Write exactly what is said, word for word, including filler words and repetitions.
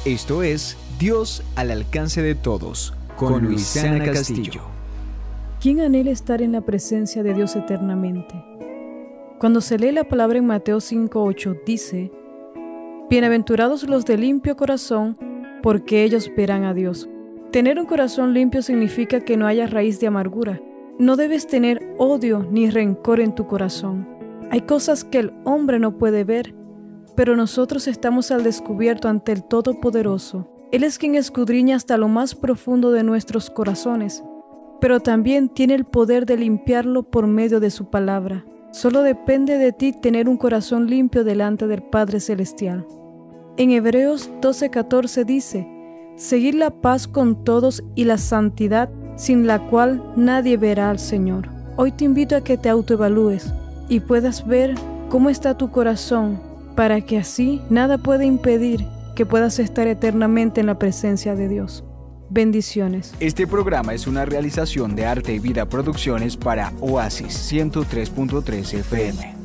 Esto es Dios al alcance de todos, con, con Luisana Castillo. ¿Quién anhela estar en la presencia de Dios eternamente? Cuando se lee la palabra en Mateo cinco ocho, dice: Bienaventurados los de limpio corazón, porque ellos verán a Dios. Tener un corazón limpio significa que no haya raíz de amargura. No debes tener odio ni rencor en tu corazón. Hay cosas que el hombre no puede ver, pero nosotros estamos al descubierto ante el Todopoderoso. Él es quien escudriña hasta lo más profundo de nuestros corazones, pero también tiene el poder de limpiarlo por medio de su palabra. Solo depende de ti tener un corazón limpio delante del Padre Celestial. En Hebreos doce catorce dice: Seguid la paz con todos y la santidad, sin la cual nadie verá al Señor. Hoy te invito a que te autoevalúes y puedas ver cómo está tu corazón, para que así nada pueda impedir que puedas estar eternamente en la presencia de Dios. Bendiciones. Este programa es una realización de Arte y Vida Producciones para Oasis ciento tres punto tres F M.